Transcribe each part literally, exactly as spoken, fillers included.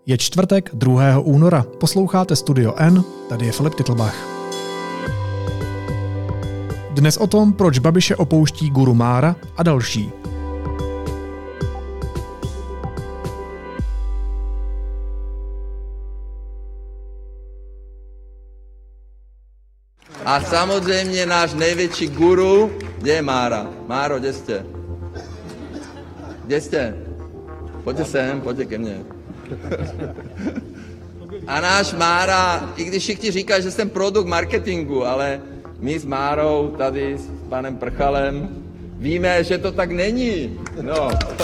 Je čtvrtek druhého února. Posloucháte Studio N, tady je Filip Titlbach. Dnes o tom, proč Babiše opouští guru Mára a další. A samozřejmě náš největší guru, kde je Mára? Máro, kde jste? Kde jste? Pojďte sem, pojďte ke mně. A náš Mára, i když všichni říkají, že jsem produkt marketingu, ale my s Márou tady s panem Prchalem víme, že to tak není. No.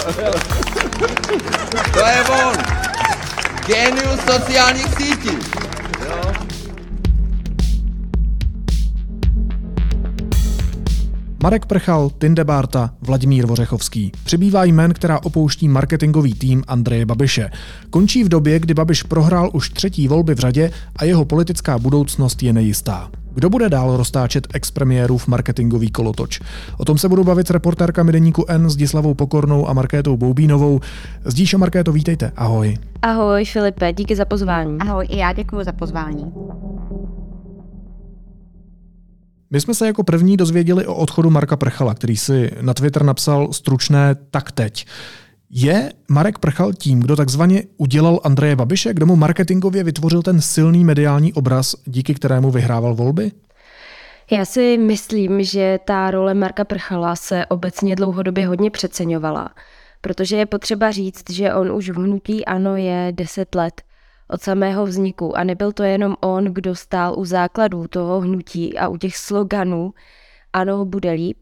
To je on. Genius sociálních sítí. Jo? Marek Prchal, Tindebárta, Vladimír Vořechovský. Přibývá jmen, která opouští marketingový tým Andreje Babiše. Končí v době, kdy Babiš prohrál už třetí volby v řadě a jeho politická budoucnost je nejistá. Kdo bude dál roztáčet expremiérův marketingový kolotoč? O tom se budu bavit s reportérkami deníku N Zdislavou Pokornou a Markétou Boubínovou. Zdíšo, Markéto, vítejte. Ahoj. Ahoj, Filipe, díky za pozvání. Ahoj, i já děkuji za pozvání. My jsme se jako první dozvěděli o odchodu Marka Prchala, který si na Twitter napsal stručné tak teď. Je Marek Prchal tím, kdo takzvaně udělal Andreje Babiše, kdo mu marketingově vytvořil ten silný mediální obraz, díky kterému vyhrával volby? Já si myslím, že ta role Marka Prchala se obecně dlouhodobě hodně přeceňovala, protože je potřeba říct, že on už v hnutí ANO je deset let od samého vzniku a nebyl to jenom on, kdo stál u základů toho hnutí a u těch sloganů ANO bude líp.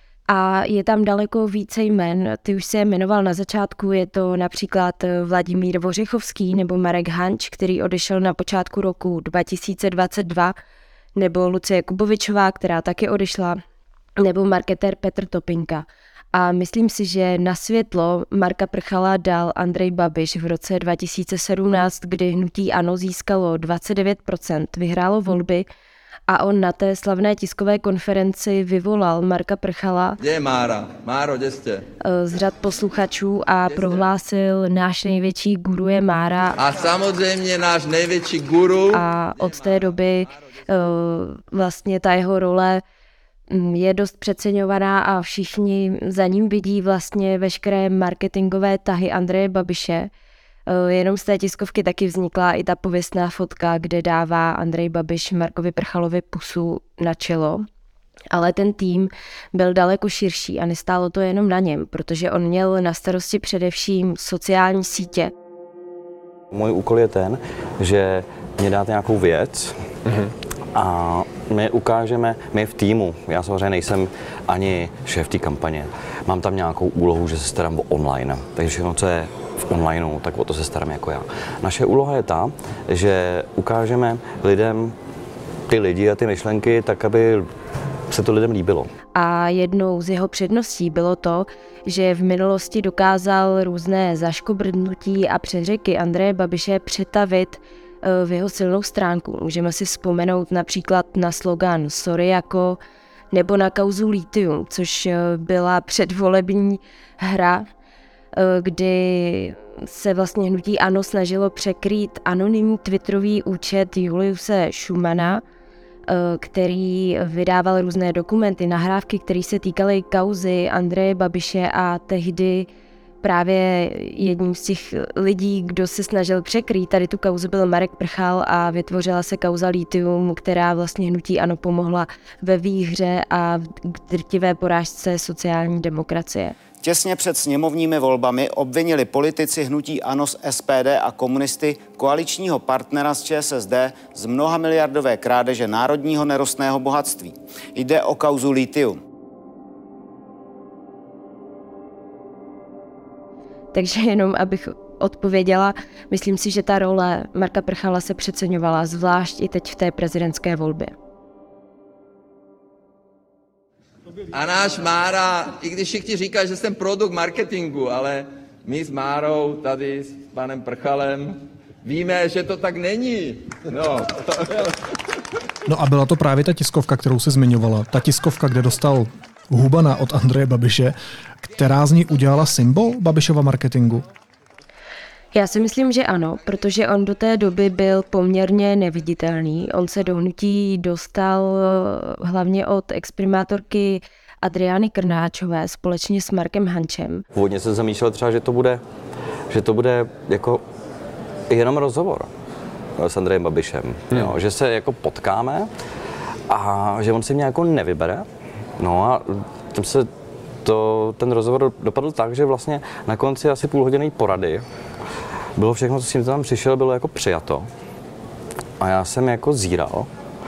A je tam daleko více jmen, ty už se je jmenoval na začátku, je to například Vladimír Vořechovský nebo Marek Hanč, který odešel na počátku roku dva tisíce dvacet dva, nebo Lucie Kubovičová, která taky odešla, nebo marketér Petr Topinka. A myslím si, že na světlo Marka Prchala dal Andrej Babiš v roce dva tisíce sedmnáct, kdy hnutí ANO získalo dvacet devět procent, vyhrálo volby a on na té slavné tiskové konferenci vyvolal Marka Prchala. Kde je Mára? Máro, kde jste? Z řad posluchačů a prohlásil, náš největší guru je Mára. A samozřejmě náš největší guru. A od té doby vlastně ta jeho role je dost přeceňovaná a všichni za ním vidí vlastně veškeré marketingové tahy Andreje Babiše. Jenom z té tiskovky taky vznikla i ta pověstná fotka, kde dává Andrej Babiš Markovi Prchalovi pusu na čelo. Ale ten tým byl daleko širší a nestálo to jenom na něm, protože on měl na starosti především sociální sítě. Můj úkol je ten, že mě dáte nějakou věc, mm-hmm. a my ukážeme, my v týmu, já samozřejmě nejsem ani šéf té kampaně, mám tam nějakou úlohu, že se starám o online, takže všechno, co je v onlineu, tak o to se starám jako já. Naše úloha je ta, že ukážeme lidem ty lidi a ty myšlenky tak, aby se to lidem líbilo. A jednou z jeho předností bylo to, že v minulosti dokázal různé zaškobrdnutí a přeřeky Andreje Babiše přetavit v jeho silnou stránku. Můžeme si vzpomenout například na slogan Sorry jako, nebo na kauzu Litium, což byla předvolební hra, kdy se vlastně hnutí ANO snažilo překrýt anonymní twitterový účet Juliuse Schumana, který vydával různé dokumenty, nahrávky, které se týkaly kauzy Andreje Babiše a tehdy právě jedním z těch lidí, kdo se snažil překrýt tady tu kauzu, byl Marek Prchal a vytvořila se kauza Litium, která vlastně hnutí ANO pomohla ve výhře a v drtivé porážce sociální demokracie. Těsně před sněmovními volbami obvinili politici hnutí ANO z S P D a komunisty koaličního partnera z Č S S D z mnohamiliardové krádeže národního nerostného bohatství. Jde o kauzu Litium. Takže jenom abych odpověděla, myslím si, že ta role Marka Prchala se přeceňovala, zvlášť i teď v té prezidentské volbě. A náš Mára, i když všichni říkají, že jsem produkt marketingu, ale my s Márou tady s panem Prchalem víme, že to tak není. No. No a byla to právě ta tiskovka, kterou jsi zmiňovala. Ta tiskovka, kde dostal hubana od Andreje Babiše, která z ní udělala symbol Babišova marketingu? Já si myslím, že ano, protože on do té doby byl poměrně neviditelný. On se do hnutí dostal hlavně od exprimátorky Adriány Krnáčové společně s Markem Hančem. Původně jsem zamýšlel třeba, že to bude, že to bude jako jenom rozhovor s Andrejem Babišem, hmm. jo, že se jako potkáme a že on si mě jako nevybere. No a tam se to, ten rozhovor dopadl tak, že vlastně na konci asi půlhodinový porady bylo všechno, co s tím tam přišel, bylo jako přijato. A já jsem jako zíral.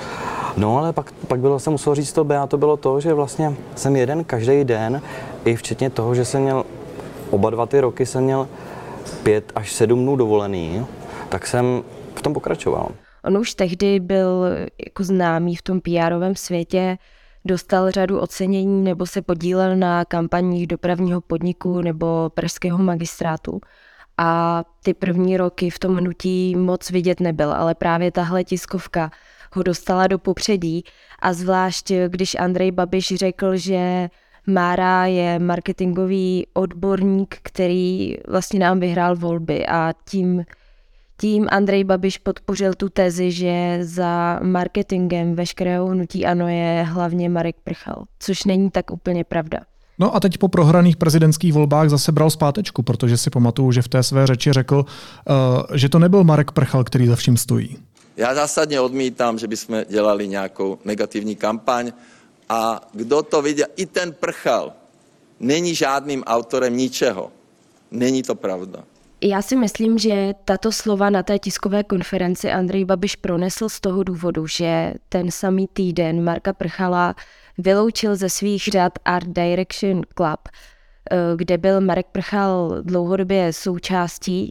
No ale pak, pak bylo, jsem musel říct to B a to bylo to, že vlastně jsem jeden každý den, i včetně toho, že jsem měl oba dva ty roky, jsem měl pět až sedm dnů dovolený, tak jsem v tom pokračoval. On už tehdy byl jako známý v tom P R ovém světě, dostal řadu ocenění nebo se podílel na kampaních dopravního podniku nebo pražského magistrátu. A ty první roky v tom hnutí moc vidět nebyl, ale právě tahle tiskovka ho dostala do popředí a zvlášť, když Andrej Babiš řekl, že Mára je marketingový odborník, který vlastně nám vyhrál volby a tím, tím Andrej Babiš podpořil tu tezi, že za marketingem veškerého hnutí ANO je hlavně Marek Prchal, což není tak úplně pravda. No a teď po prohraných prezidentských volbách zase bral zpátečku, protože si pamatuju, že v té své řeči řekl, uh, že to nebyl Marek Prchal, který za vším stojí. Já zásadně odmítám, že bychom dělali nějakou negativní kampaň a kdo to viděl, i ten Prchal není žádným autorem ničeho. Není to pravda. Já si myslím, že tato slova na té tiskové konferenci Andrej Babiš pronesl z toho důvodu, že ten samý týden Marka Prchala vyloučil ze svých řad Art Direction Club, kde byl Marek Prchal dlouhodobě součástí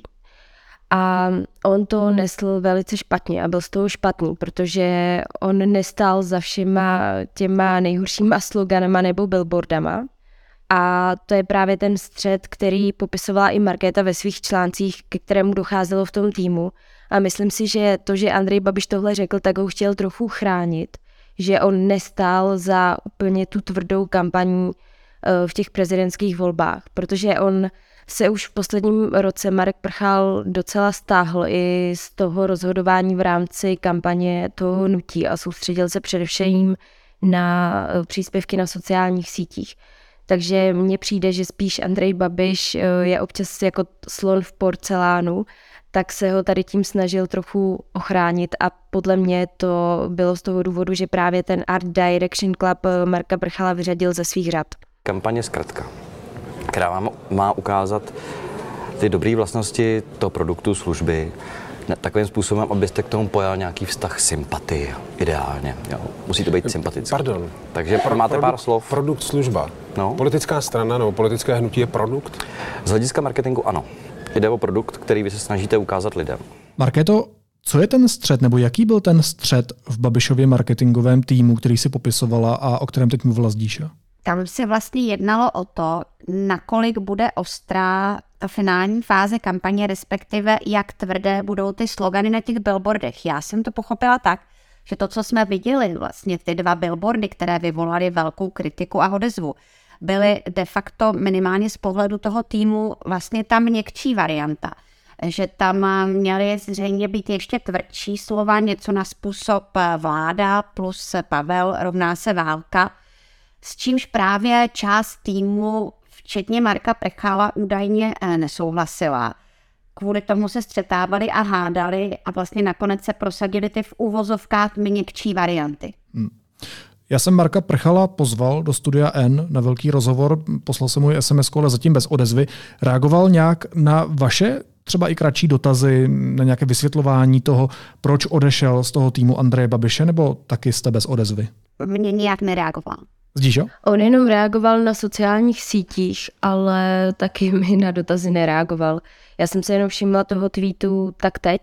a on to nesl velice špatně a byl z toho špatný, protože on nestál za všema těma nejhoršíma sloganama nebo billboardama. A to je právě ten střet, který popisovala i Markéta ve svých článcích, ke kterému docházelo v tom týmu. A myslím si, že to, že Andrej Babiš tohle řekl, tak ho chtěl trochu chránit, že on nestál za úplně tu tvrdou kampaní v těch prezidentských volbách, protože on se už v posledním roce Marek Prchal docela stáhl i z toho rozhodování v rámci kampaně toho hnutí a soustředil se především na příspěvky na sociálních sítích. Takže mně přijde, že spíš Andrej Babiš je občas jako slon v porcelánu, tak se ho tady tím snažil trochu ochránit a podle mě to bylo z toho důvodu, že právě ten Art Direction Club Marka Prchala vyřadil ze svých řad. Kampaně zkratka, která vám má ukázat ty dobré vlastnosti toho produktu, služby, takovým způsobem, abyste k tomu pojal nějaký vztah sympatie, ideálně. Jo. Musí to být sympatický. Pardon. Takže Pro, máte produkt, pár slov. Produkt, služba. No. Politická strana nebo politické hnutí je produkt? Z hlediska marketingu ano. Jde o produkt, který vy se snažíte ukázat lidem. Markéto, co je ten střet, nebo jaký byl ten střet v Babišově marketingovém týmu, který si popisovala a o kterém teď mluvila Zdíša? Tam se vlastně jednalo o to, nakolik bude ostrá ta finální fáze kampaně, respektive jak tvrdé budou ty slogany na těch billboardech. Já jsem to pochopila tak, že to, co jsme viděli, vlastně ty dva billboardy, které vyvolaly velkou kritiku a odezvu, byly de facto minimálně z pohledu toho týmu vlastně ta měkčí varianta. Že tam měly zřejmě být ještě tvrdší slova, něco na způsob vláda plus Pavel rovná se válka, s čímž právě část týmu, včetně Marka Prchala, údajně nesouhlasila. Kvůli tomu se střetávali a hádali a vlastně nakonec se prosadili ty v úvozovkách měkčí varianty. Hmm. Já jsem Marka Prchala pozval do Studia N na velký rozhovor, poslal jsem mu es em es, ale zatím bez odezvy. Reagoval nějak na vaše třeba i kratší dotazy, na nějaké vysvětlování toho, proč odešel z toho týmu Andreje Babiše, nebo taky jste bez odezvy? Mně nijak nereagoval. Zdíšo? On jenom reagoval na sociálních sítích, ale taky mi na dotazy nereagoval. Já jsem se jenom všimla toho tweetu tak teď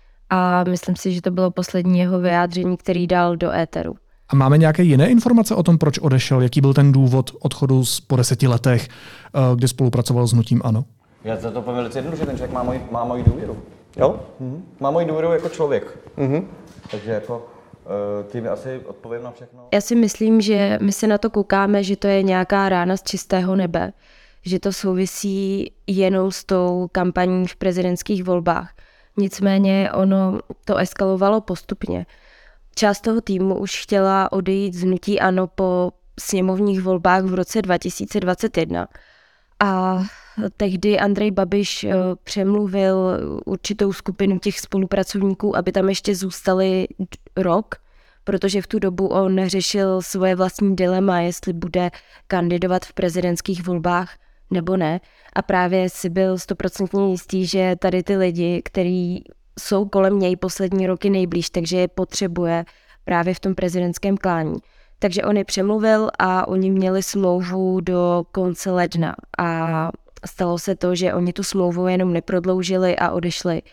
a myslím si, že to bylo poslední jeho vyjádření, který dal do éteru. A máme nějaké jiné informace o tom, proč odešel? Jaký byl ten důvod odchodu po deseti letech, kdy spolupracoval s hnutím ANO? Já za to povím velice jednoduše, ten člověk má moji, má moji důvěru. Jo? Mm-hmm. Má moji důvěru jako člověk. Mm-hmm. Takže jako tím asi odpovím na všechno. Já si myslím, že my se na to koukáme, že to je nějaká rána z čistého nebe. že to souvisí jenom s tou kampaní v prezidentských volbách. Nicméně ono to eskalovalo postupně. Část toho týmu už chtěla odejít z hnutí ANO po sněmovních volbách v roce dva tisíce dvacet jedna. A tehdy Andrej Babiš přemluvil určitou skupinu těch spolupracovníků, aby tam ještě zůstali rok, protože v tu dobu on řešil svoje vlastní dilema, jestli bude kandidovat v prezidentských volbách nebo ne. A právě si byl stoprocentně jistý, že tady ty lidi, kteří jsou kolem něj poslední roky nejblíž, takže je potřebuje právě v tom prezidentském klání. Takže on je přemluvil a oni měli smlouvu do konce ledna a stalo se to, že oni tu smlouvu jenom neprodloužili a odešli.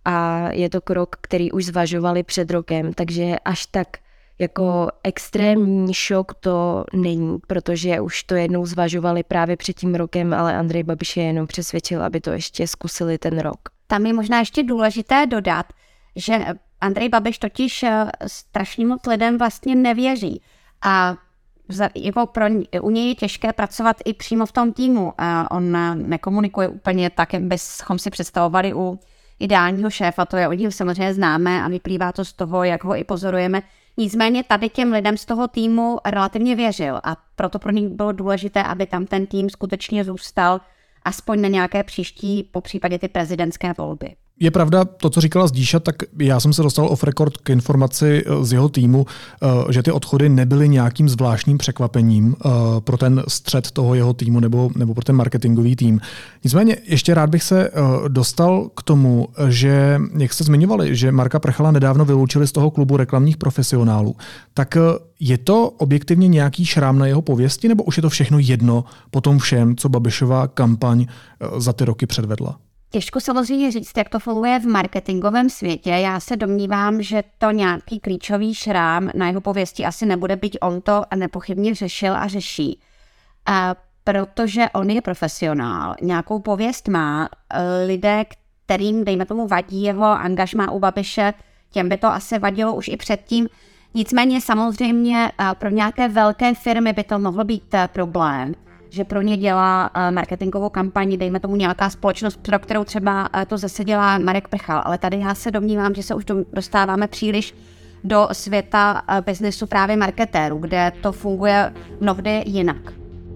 A je to krok, který už zvažovali před rokem, takže až tak jako extrémní šok to není, protože už to jednou zvažovali právě před tím rokem, ale Andrej Babiš je jenom přesvědčil, aby to ještě zkusili ten rok. Tam je možná ještě důležité dodat, že Andrej Babiš totiž strašně moc lidem vlastně nevěří. A jako pro, u něj je těžké pracovat i přímo v tom týmu. A on nekomunikuje úplně tak, jak bychom si představovali u ideálního šéfa. To je od něj samozřejmě známé a vyplývá to z toho, jak ho i pozorujeme. Nicméně tady těm lidem z toho týmu relativně věřil a proto pro něj bylo důležité, aby tam ten tým skutečně zůstal aspoň na nějaké příští, po případě ty prezidentské volby. Je pravda to, co říkala Zdíša, tak já jsem se dostal off record k informaci z jeho týmu, že ty odchody nebyly nějakým zvláštním překvapením pro ten střed toho jeho týmu nebo, nebo pro ten marketingový tým. Nicméně ještě rád bych se dostal k tomu, že, jak jste zmiňovali, že Marka Prchala nedávno vyloučili z toho klubu reklamních profesionálů, tak je to objektivně nějaký šrám na jeho pověsti, nebo už je to všechno jedno po tom všem, co Babišova kampaň za ty roky předvedla? Těžko samozřejmě říct, jak to funguje v marketingovém světě. Já se domnívám, že to nějaký klíčový šrám na jeho pověsti asi nebude, byť on to nepochybně řešil a řeší. A protože on je profesionál, nějakou pověst má, lidé, kterým, dejme tomu, vadí jeho angažmá u Babiše, těm by to asi vadilo už i předtím. Nicméně samozřejmě pro nějaké velké firmy by to mohlo být problém, že pro ně dělá marketingovou kampaň, dejme tomu nějaká společnost, pro kterou třeba to zase dělá Marek Prchal. Ale tady já se domnívám, že se už dostáváme příliš do světa biznesu právě marketérů, kde to funguje mnohdy jinak.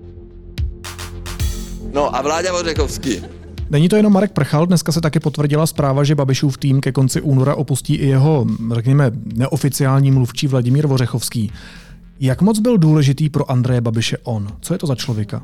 No a Vláďa Vořechovský. Není to jenom Marek Prchal, dneska se taky potvrdila zpráva, že Babišův tým ke konci února opustí i jeho, řekněme, neoficiální mluvčí Vladimír Vořechovský. Jak moc byl důležitý pro Andreje Babiše on? Co je to za člověka?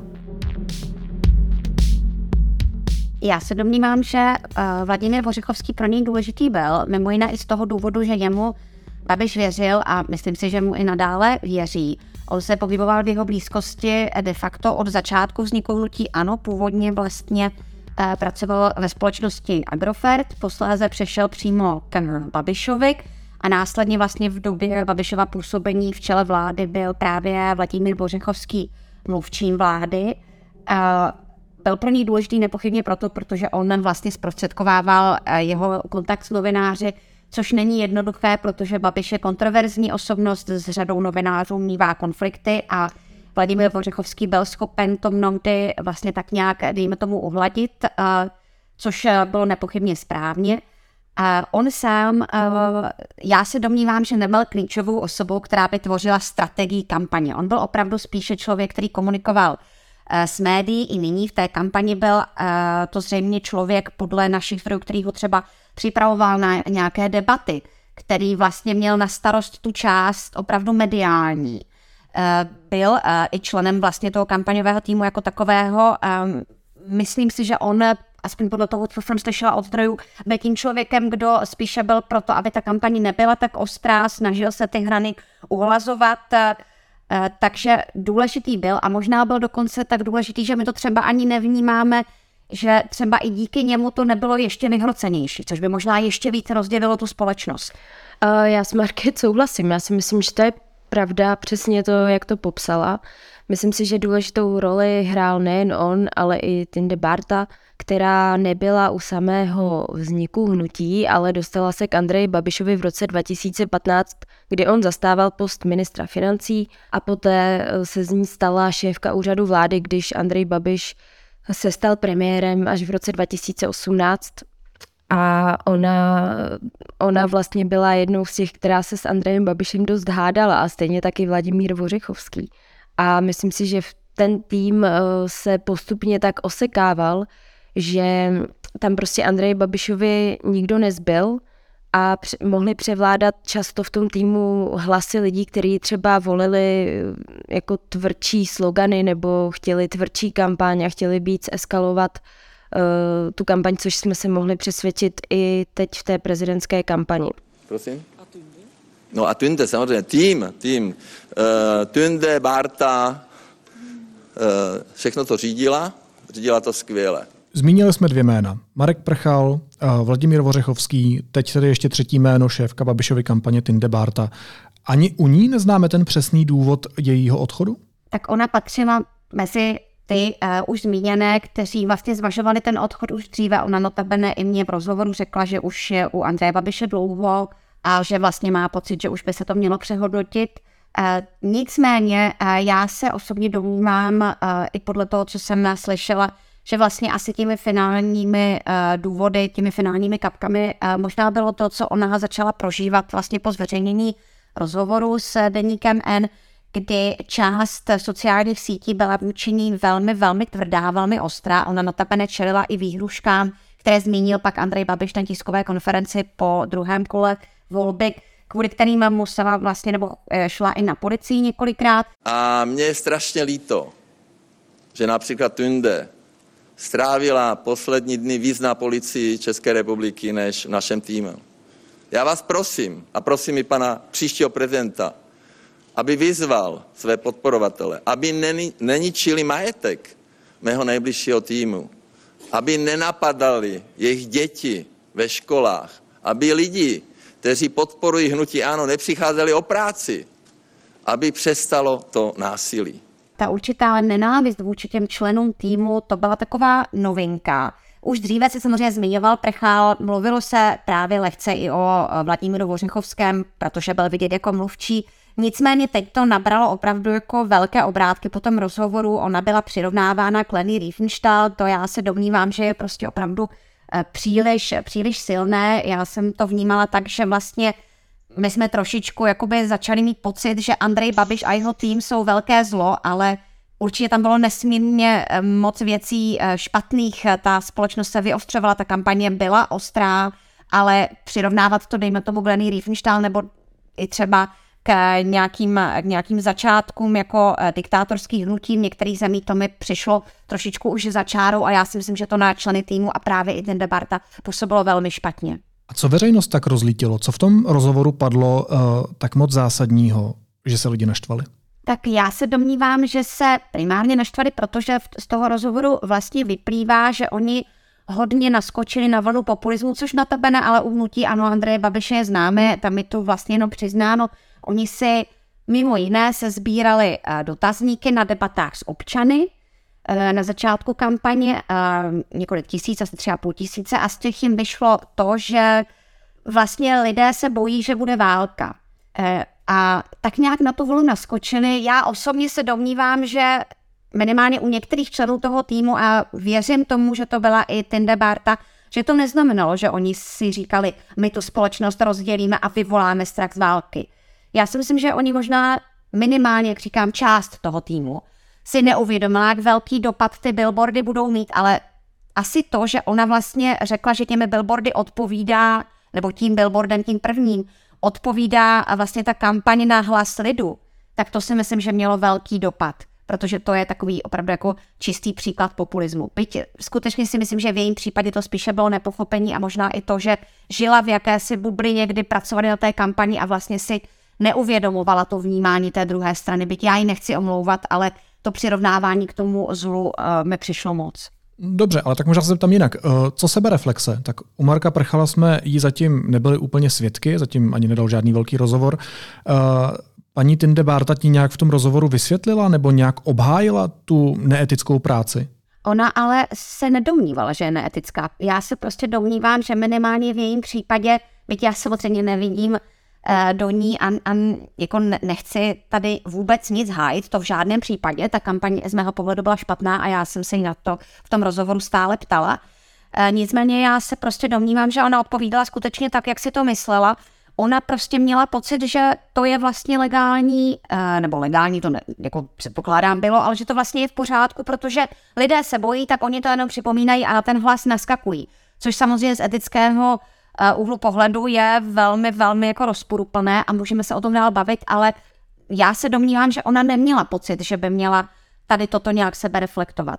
Já se domnívám, že Vladimír Vořechovský pro něj důležitý byl, mimo jiné i z toho důvodu, že jemu Babiš věřil a myslím si, že mu i nadále věří. On se pohyboval v jeho blízkosti de facto od začátku vzniku hnutí ANO, původně vlastně pracoval ve společnosti Agrofert, posléze přešel přímo k Babišovi a následně vlastně v době Babišova působení v čele vlády byl právě Vladimír Vořechovský mluvčím vlády. Byl pro něj důležitý nepochybně proto, protože on vlastně zprostředkovával jeho kontakt s novináři, což není jednoduché, protože Babiš je kontroverzní osobnost, s řadou novinářů mívá konflikty a Vladimír Vořechovský byl schopen to mnohdy vlastně tak nějak, dejme tomu, uhladit, což bylo nepochybně správně. On sám, já se domnívám, že nebyl klíčovou osobou, která by tvořila strategii kampaně. On byl opravdu spíše člověk, který komunikoval s médií, i nyní v té kampani byl to zřejmě člověk podle našich zdrojů, který ho třeba připravoval na nějaké debaty, který vlastně měl na starost tu část opravdu mediální. Byl i členem vlastně toho kampaňového týmu jako takového. Myslím si, že on, aspoň podle toho, co jsem slyšela od zdrojů, byl tím člověkem, kdo spíše byl proto, aby ta kampaň nebyla tak ostrá, snažil se ty hrany uhlazovat, takže důležitý byl a možná byl dokonce tak důležitý, že my to třeba ani nevnímáme, že třeba i díky němu to nebylo ještě vyhrocenější, což by možná ještě více rozdělilo tu společnost. Já s Marky souhlasím, já si myslím, že to je pravda, přesně to, jak to popsala. Myslím si, že důležitou roli hrál nejen on, ale i Tinde Bárta, která nebyla u samého vzniku hnutí, ale dostala se k Andreji Babišovi v roce dva tisíce patnáct, kdy on zastával post ministra financí a poté se z ní stala šéfka úřadu vlády, když Andrej Babiš se stal premiérem až v roce dva tisíce osmnáct a ona, ona vlastně byla jednou z těch, která se s Andrejem Babišem dost hádala a stejně taky Vladimír Vořechovský. A myslím si, že ten tým se postupně tak osekával, že tam prostě Andreji Babišovi nikdo nezbyl a mohli převládat často v tom týmu hlasy lidí, kteří třeba volili jako tvrdší slogany nebo chtěli tvrdší kampaň a chtěli víc eskalovat uh, tu kampaň, což jsme se mohli přesvědčit i teď v té prezidentské kampani. Prosím? A Tunde? No a Tunde, samozřejmě, tým, tým. Uh, Tunde, Barta, uh, všechno to řídila, řídila to skvěle. Zmínili jsme dvě jména. Marek Prchal, Vladimír Vořechovský, teď tady ještě třetí jméno, šéfka Babišovy kampaně Tinde Bárta. Ani u ní neznáme ten přesný důvod jejího odchodu? Tak ona patřila mezi ty uh, už zmíněné, kteří vlastně zvažovali ten odchod už dříve. Ona notabene i mě v rozhovoru řekla, že už je u Andreje Babiše dlouho a že vlastně má pocit, že už by se to mělo přehodnotit. Uh, nicméně uh, já se osobně domnívám, uh, i podle toho, co jsem slyšela, že vlastně asi těmi finálními uh, důvody, těmi finálními kapkami uh, možná bylo to, co ona začala prožívat vlastně po zveřejnění rozhovoru s deníkem N, kdy část sociálních sítí byla vůči ní velmi, velmi tvrdá, velmi ostrá. Ona notabene čelila i výhruškám, které zmínil pak Andrej Babiš na tiskové konferenci po druhém kole volby, kvůli kterým musela vlastně, nebo šla i na policii několikrát. A mně je strašně líto, že například Tunde strávila poslední dny víc na policii České republiky než v našem týmu. Já vás prosím, a prosím i pana příštího prezidenta, aby vyzval své podporovatele, aby neni, neničili majetek mého nejbližšího týmu, aby nenapadali jejich děti ve školách, aby lidi, kteří podporují hnutí ANO, nepřicházeli o práci, aby přestalo to násilí. Ta určitá nenávist vůči těm členům týmu, to byla taková novinka. Už dříve se samozřejmě zmiňoval Prchal, mluvilo se právě lehce i o Vladimíru Vořechovském, protože byl vidět jako mluvčí. Nicméně teď to nabralo opravdu jako velké obrátky po tom rozhovoru. Ona byla přirovnávána k Leni Riefenstahl, to já se domnívám, že je prostě opravdu příliš, příliš silné. Já jsem to vnímala tak, že vlastně my jsme trošičku jakoby začali mít pocit, že Andrej Babiš a jeho tým jsou velké zlo, ale určitě tam bylo nesmírně moc věcí špatných. Ta společnost se vyostřovala, ta kampaně byla ostrá, ale přirovnávat to, dejme tomu, Leni Riefenstahl nebo i třeba k nějakým, k nějakým začátkům jako diktátorských hnutí v některých zemí, to mi přišlo trošičku už za čárou a já si myslím, že to na členy týmu a právě i Tinde Bárta působilo velmi špatně. A co veřejnost tak rozlítilo? Co v tom rozhovoru padlo uh, tak moc zásadního, že se lidi naštvali? Tak já se domnívám, že se primárně naštvali, protože z toho rozhovoru vlastně vyplývá, že oni hodně naskočili na vlnu populismu, což notabene ale u hnutí ANO Andreje Babiše je známe, tam je to vlastně jenom přiznáno. Oni si mimo jiné se sbírali dotazníky na debatách s občany na začátku kampaně, několik tisíc, asi tři a půl tisíce, a z těch jim vyšlo to, že vlastně lidé se bojí, že bude válka. A tak nějak na tu vlnu naskočili. Já osobně se domnívám, že minimálně u některých členů toho týmu, a věřím tomu, že to byla i Tinde Bárta, že to neznamenalo, že oni si říkali, my tu společnost rozdělíme a vyvoláme strach z války. Já si myslím, že oni možná minimálně, jak říkám, část toho týmu si neuvědomila, jak velký dopad ty billboardy budou mít, ale asi to, že ona vlastně řekla, že těmi billboardy odpovídá, nebo tím billboardem, tím prvním, odpovídá a vlastně ta kampaň na hlas lidu, tak to si myslím, že mělo velký dopad, protože to je takový opravdu jako čistý příklad populismu. Byť skutečně si myslím, že v jejím případě to spíše bylo nepochopení a možná i to, že žila v jakési bublině, kdy pracovali na té kampani a vlastně si neuvědomovala to vnímání té druhé strany. Byť já ji nechci omlouvat, ale to přirovnávání k tomu zlu uh, mi přišlo moc. Dobře, ale tak možná se zeptám jinak. Co sebereflexe? Tak u Marka Prchala jsme jí zatím nebyli úplně svědky, zatím ani nedal žádný velký rozhovor. Paní Tinde Bárta ti nějak v tom rozhovoru vysvětlila nebo nějak obhájila tu neetickou práci? Ona ale se nedomnívala, že je neetická. Já se prostě domnívám, že minimálně v jejím případě, byť já samozřejmě nevidím do ní a, a jako nechci tady vůbec nic hájit, to v žádném případě, ta kampaň z mého pohledu byla špatná a já jsem se jí na to v tom rozhovoru stále ptala. Nicméně já se prostě domnívám, že ona odpovídala skutečně tak, jak si to myslela. Ona prostě měla pocit, že to je vlastně legální, nebo legální to ne, jako předpokládám bylo, ale že to vlastně je v pořádku, protože lidé se bojí, tak oni to jenom připomínají a na ten hlas naskakují. Což samozřejmě z etického úhlu pohledu je velmi, velmi jako rozporuplné a můžeme se o tom dál bavit, ale já se domnívám, že ona neměla pocit, že by měla tady toto nějak sebe reflektovat.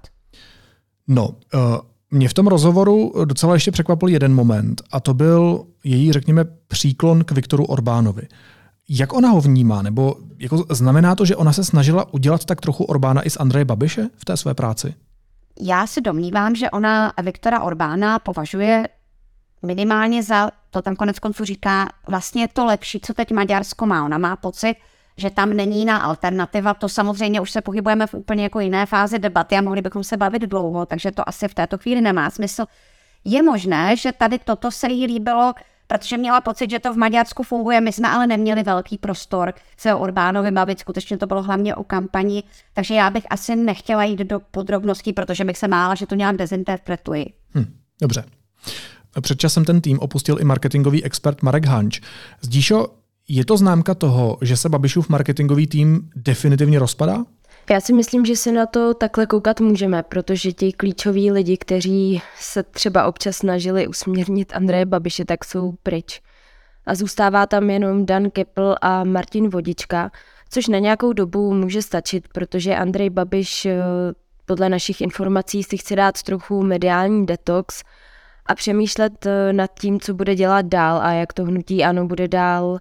No, uh... Mě v tom rozhovoru docela ještě překvapil jeden moment a to byl její, řekněme, příklon k Viktoru Orbánovi. Jak ona ho vnímá? Nebo jako znamená to, že ona se snažila udělat tak trochu Orbána i z Andreje Babiše v té své práci? Já se domnívám, že ona Viktora Orbána považuje minimálně za, to tam konec konců říká, vlastně to lepší, co teď Maďarsko má. Ona má pocit, že tam není jiná alternativa. To samozřejmě už se pohybujeme v úplně jako jiné fázi debaty a mohli bychom se bavit dlouho, takže to asi v této chvíli nemá smysl. Je možné, že tady toto se jí líbilo, protože měla pocit, že to v Maďarsku funguje. My jsme ale neměli velký prostor se o Orbánovi bavit, skutečně to bylo hlavně o kampani, takže já bych asi nechtěla jít do podrobností, protože bych se mála, že to nějak dezinterpretuji. Hm, dobře. Před časem ten tým opustil i marketingový expert Marek Hanč. Zdíšo, je to známka toho, že se Babišův marketingový tým definitivně rozpadá? Já si myslím, že se na to takhle koukat můžeme, protože ti klíčoví lidi, kteří se třeba občas snažili usměrnit Andreje Babiše, tak jsou pryč. A zůstává tam jenom Dan Köppl a Martin Vodička, což na nějakou dobu může stačit, protože Andrej Babiš podle našich informací si chce dát trochu mediální detox a přemýšlet nad tím, co bude dělat dál a jak to hnutí ANO bude dál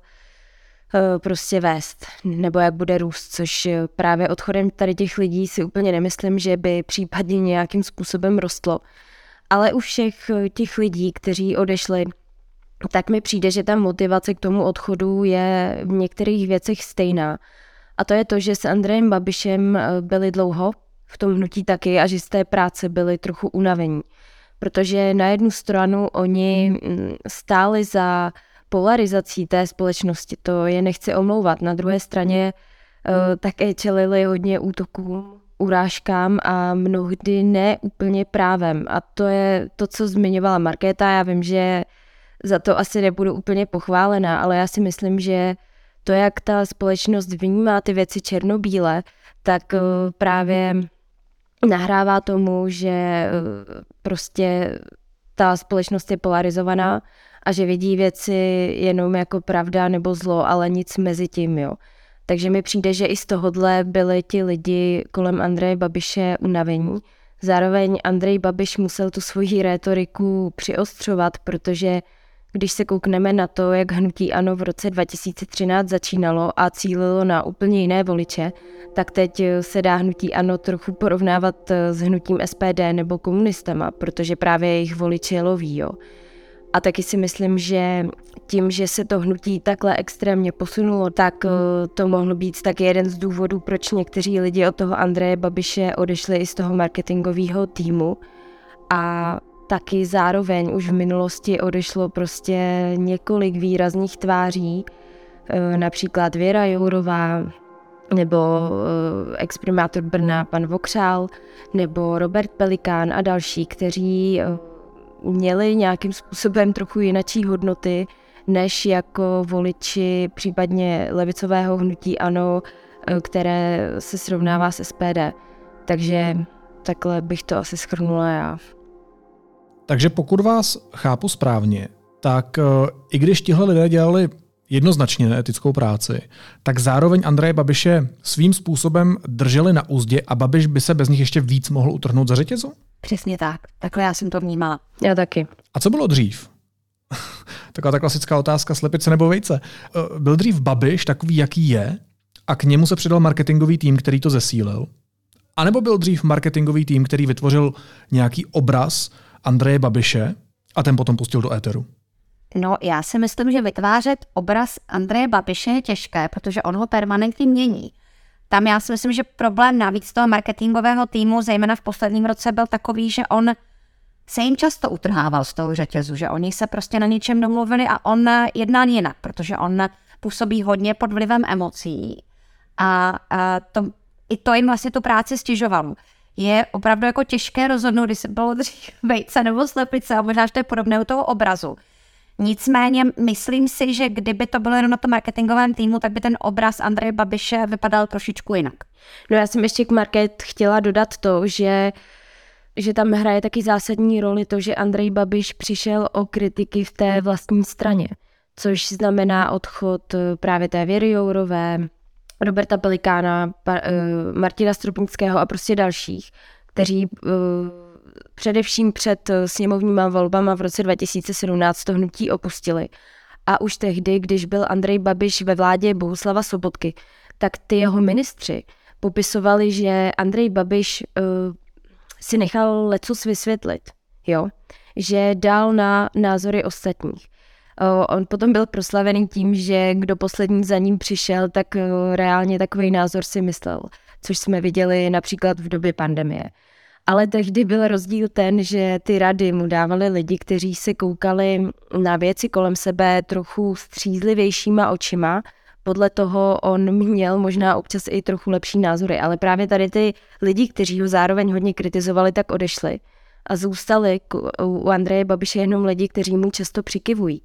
prostě vést, nebo jak bude růst, což právě odchodem tady těch lidí si úplně nemyslím, že by případně nějakým způsobem rostlo. Ale u všech těch lidí, kteří odešli, tak mi přijde, že ta motivace k tomu odchodu je v některých věcech stejná. A to je to, že s Andrejem Babišem byli dlouho v tom hnutí taky a že z té práce byli trochu unavení. Protože na jednu stranu oni stáli za polarizací té společnosti, to je nechci omlouvat. Na druhé straně uh, také čelili hodně útokům, urážkám a mnohdy ne úplně právem. A to je to, co zmiňovala Markéta. Já vím, že za to asi nebudu úplně pochválená, ale já si myslím, že to, jak ta společnost vnímá ty věci černobíle, tak uh, právě nahrává tomu, že uh, prostě ta společnost je polarizovaná a že vidí věci jenom jako pravda nebo zlo, ale nic mezi tím, jo. Takže mi přijde, že i z tohohle byli ti lidi kolem Andreje Babiše unavení. Zároveň Andrej Babiš musel tu svoji rétoriku přiostřovat, protože když se koukneme na to, jak hnutí ANO v roce dva tisíce třináct začínalo a cílilo na úplně jiné voliče, tak teď se dá hnutí ANO trochu porovnávat s hnutím S P D nebo komunistama, protože právě jejich voliči loví, jo. A taky si myslím, že tím, že se to hnutí takhle extrémně posunulo, tak to mohlo být taky jeden z důvodů, proč někteří lidi od toho Andreje Babiše odešli i z toho marketingového týmu. A taky zároveň už v minulosti odešlo prostě několik výrazných tváří, například Věra Jourová, nebo exprimátor Brna pan Vokřál, nebo Robert Pelikán a další, kteří měli nějakým způsobem trochu jinačí hodnoty, než jako voliči případně levicového hnutí ANO, které se srovnává s S P D. Takže takhle bych to asi shrnula já. Takže pokud vás chápu správně, tak i když tihle lidé dělali jednoznačně neetickou práci, tak zároveň Andreje Babiše svým způsobem drželi na uzdě a Babiš by se bez nich ještě víc mohl utrhnout za řetězu? Přesně tak. Takhle já jsem to vnímala. Já taky. A co bylo dřív? Taková ta klasická otázka, slepice nebo vejce. Byl dřív Babiš takový, jaký je, a k němu se přidal marketingový tým, který to zesílil? A nebo byl dřív marketingový tým, který vytvořil nějaký obraz Andreje Babiše a ten potom pustil do éteru? No, já si myslím, že vytvářet obraz Andreje Babiše je těžké, protože on ho permanentně mění. Tam já si myslím, že problém navíc toho marketingového týmu, zejména v posledním roce, byl takový, že on se jim často utrhával z toho řetězu, že oni se prostě na něčem domluvili a on jednal jinak, protože on působí hodně pod vlivem emocí a, a to, i to jim vlastně tu práci stěžovalo. Je opravdu jako těžké rozhodnout, když se bylo dřív vejce nebo slepice a možná, že to je podobné u toho obrazu. Nicméně myslím si, že kdyby to bylo jenom na tom marketingovém týmu, tak by ten obraz Andreje Babiše vypadal trošičku jinak. No já jsem ještě k Market chtěla dodat to, že, že tam hraje taky zásadní roli to, že Andrej Babiš přišel o kritiky v té vlastní straně, což znamená odchod právě té Věry Jourové, Roberta Pelikána, Martina Stropnického a prostě dalších, kteří především před sněmovníma volbama v roce dva tisíce sedmnáct to hnutí opustili. A už tehdy, když byl Andrej Babiš ve vládě Bohuslava Sobotky, tak ty jeho ministři popisovali, že Andrej Babiš uh, si nechal lecos vysvětlit, jo? Že dal na názory ostatních. Uh, on potom byl proslavený tím, že kdo poslední za ním přišel, tak uh, reálně takový názor si myslel, což jsme viděli například v době pandemie. Ale tehdy byl rozdíl ten, že ty rady mu dávali lidi, kteří se koukali na věci kolem sebe trochu střízlivějšíma očima. Podle toho on měl možná občas i trochu lepší názory, ale právě tady ty lidi, kteří ho zároveň hodně kritizovali, tak odešli. A zůstali u Andreje Babiše jenom lidi, kteří mu často přikivují.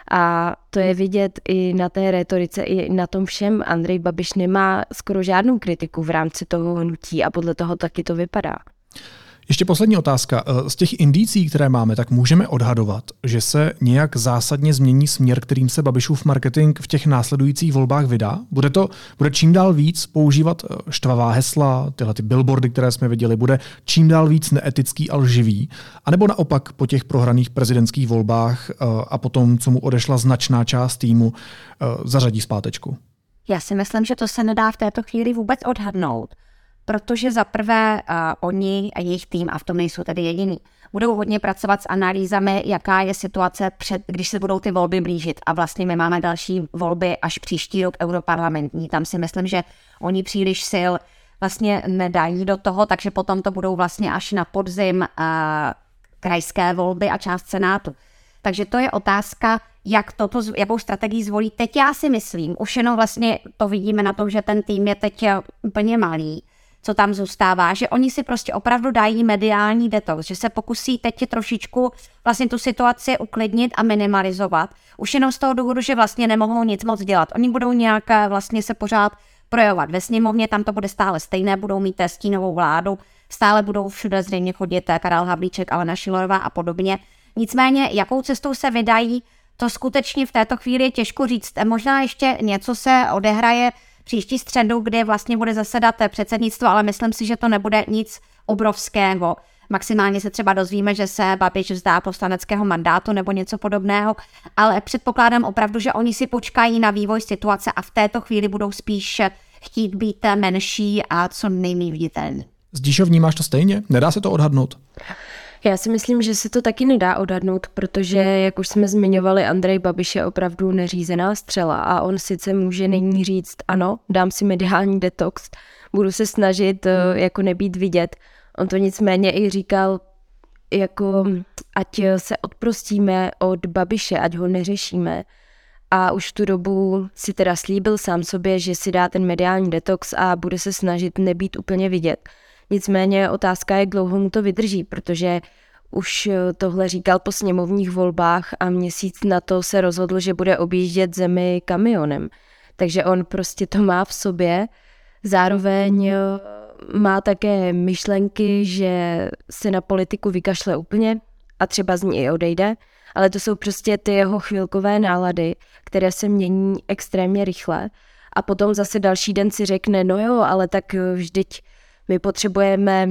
A to je vidět i na té rétorice, i na tom všem. Andrej Babiš nemá skoro žádnou kritiku v rámci toho hnutí a podle toho taky to vypadá. Ještě poslední otázka. Z těch indicí, které máme, tak můžeme odhadovat, že se nějak zásadně změní směr, kterým se Babišův marketing v těch následujících volbách vydá? Bude to bude čím dál víc používat štvavá hesla, tyhle ty billboardy, které jsme viděli, bude čím dál víc neetický a lživý? A nebo naopak po těch prohraných prezidentských volbách a potom, co mu odešla značná část týmu, zařadí zpátečku? Já si myslím, že to se nedá v této chvíli vůbec odhadnout. Protože za prvé uh, oni a jejich tým, a v tom nejsou tedy jediný, budou hodně pracovat s analýzami, jaká je situace, před, když se budou ty volby blížit. A vlastně my máme další volby až příští rok europarlamentní. Tam si myslím, že oni příliš sil vlastně nedají do toho, takže potom to budou vlastně až na podzim uh, krajské volby a část senátu. Takže to je otázka, jak toto, jakou strategii zvolí. Teď já si myslím, už jenom vlastně to vidíme na tom, že ten tým je teď úplně malý, co tam zůstává, že oni si prostě opravdu dají mediální detox, že se pokusí teď trošičku vlastně tu situaci uklidnit a minimalizovat. Už jenom z toho důvodu, že vlastně nemohou nic moc dělat. Oni budou nějak vlastně se pořád projevovat ve sněmovně, tam to bude stále stejné, budou mít stínovou vládu, stále budou všude zřejmě chodit Karel Havlíček, Alena Schillerová a podobně. Nicméně, jakou cestou se vydají, to skutečně v této chvíli je těžko říct. Možná ještě něco se odehraje příští středu, kdy vlastně bude zasedat předsednictvo, ale myslím si, že to nebude nic obrovského. Maximálně se třeba dozvíme, že se Babiš vzdá poslaneckého mandátu nebo něco podobného, ale předpokládám opravdu, že oni si počkají na vývoj situace a v této chvíli budou spíš chtít být menší a co nejméně viditelní. Zdíšo, vnímáš to stejně? Nedá se to odhadnout? Já si myslím, že se to taky nedá odhadnout, protože, jak už jsme zmiňovali, Andrej Babiš je opravdu neřízená střela a on sice může nyní říct, ano, dám si mediální detox, budu se snažit jako nebýt vidět. On to nicméně i říkal, jako ať se odprostíme od Babiše, ať ho neřešíme. A už v tu dobu si teda slíbil sám sobě, že si dá ten mediální detox a bude se snažit nebýt úplně vidět. Nicméně otázka je, jak dlouho mu to vydrží, protože už tohle říkal po sněmovních volbách a měsíc na to se rozhodl, že bude objíždět zemi kamionem. Takže on prostě to má v sobě. Zároveň má také myšlenky, že se na politiku vykašle úplně a třeba z ní i odejde, ale to jsou prostě ty jeho chvilkové nálady, které se mění extrémně rychle a potom zase další den si řekne, no jo, ale tak vždyť my potřebujeme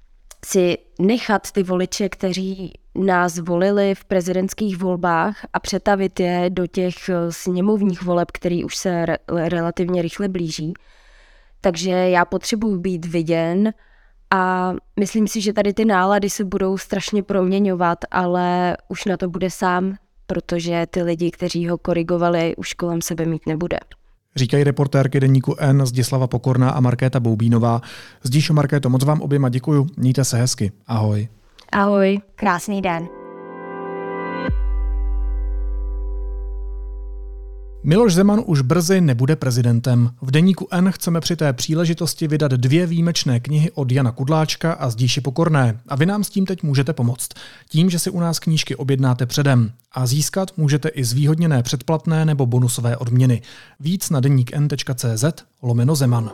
si nechat ty voliče, kteří nás volili v prezidentských volbách a přetavit je do těch sněmovních voleb, který už se re- relativně rychle blíží. Takže já potřebuji být viděn a myslím si, že tady ty nálady se budou strašně proměňovat, ale už na to bude sám, protože ty lidi, kteří ho korigovali, už kolem sebe mít nebude. Říkají reportérky deníku N Zdislava Pokorná a Markéta Boubínová. Zdíšo, Markéto, moc vám oběma děkuju. Mějte se hezky. Ahoj. Ahoj. Krásný den. Miloš Zeman už brzy nebude prezidentem. V deníku N chceme při té příležitosti vydat dvě výjimečné knihy od Jana Kudláčka a Zdíši Pokorné. A vy nám s tím teď můžete pomoct. Tím, že si u nás knížky objednáte předem. A získat můžete i zvýhodněné předplatné nebo bonusové odměny. Víc na deníkn tečka cz lomeno Zeman.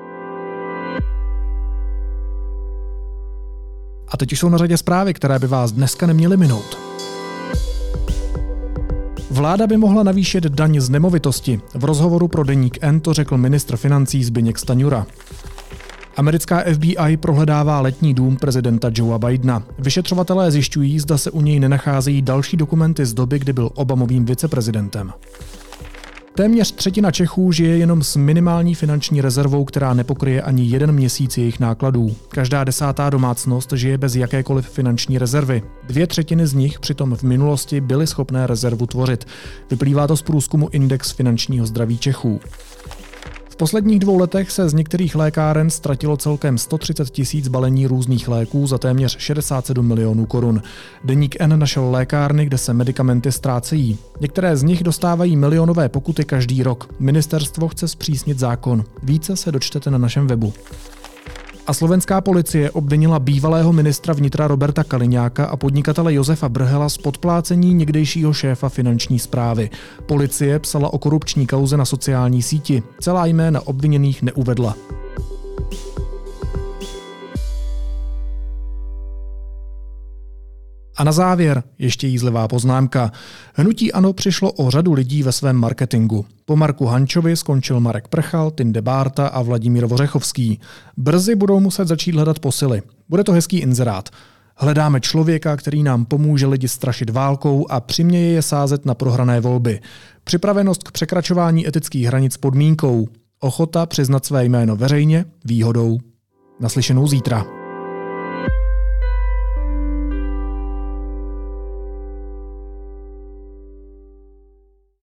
A teď už jsou na řadě zprávy, které by vás dneska neměly minout. Vláda by mohla navýšit daň z nemovitosti. V rozhovoru pro deník N to řekl ministr financí Zbyněk Stanjura. Americká F B I prohledává letní dům prezidenta Joea Bidena. Vyšetřovatelé zjišťují, zda se u něj nenacházejí další dokumenty z doby, kdy byl Obamovým viceprezidentem. Téměř třetina Čechů žije jenom s minimální finanční rezervou, která nepokryje ani jeden měsíc jejich nákladů. Každá desátá domácnost žije bez jakékoliv finanční rezervy. Dvě třetiny z nich přitom v minulosti byly schopné rezervu tvořit. Vyplývá to z průzkumu Index finančního zdraví Čechů. V posledních dvou letech se z některých lékáren ztratilo celkem sto třicet tisíc balení různých léků za téměř šedesát sedm milionů korun. Deník N našel lékárny, kde se medicamenty ztrácejí. Některé z nich dostávají milionové pokuty každý rok. Ministerstvo chce zpřísnit zákon. Více se dočtete na našem webu. A slovenská policie obvinila bývalého ministra vnitra Roberta Kaliňáka a podnikatele Josefa Brhela z podplácení někdejšího šéfa finanční správy. Policie psala o korupční kauze na sociální síti. Celá jména obviněných neuvedla. A na závěr ještě jízlivá poznámka. Hnutí ANO přišlo o řadu lidí ve svém marketingu. Po Marku Hančovi skončil Marek Prchal, Tinde Bárta a Vladimír Vořechovský. Brzy budou muset začít hledat posily. Bude to hezký inzerát. Hledáme člověka, který nám pomůže lidi strašit válkou a přiměje je sázet na prohrané volby. Připravenost k překračování etických hranic podmínkou. Ochota přiznat své jméno veřejně výhodou. Naslyšenou zítra.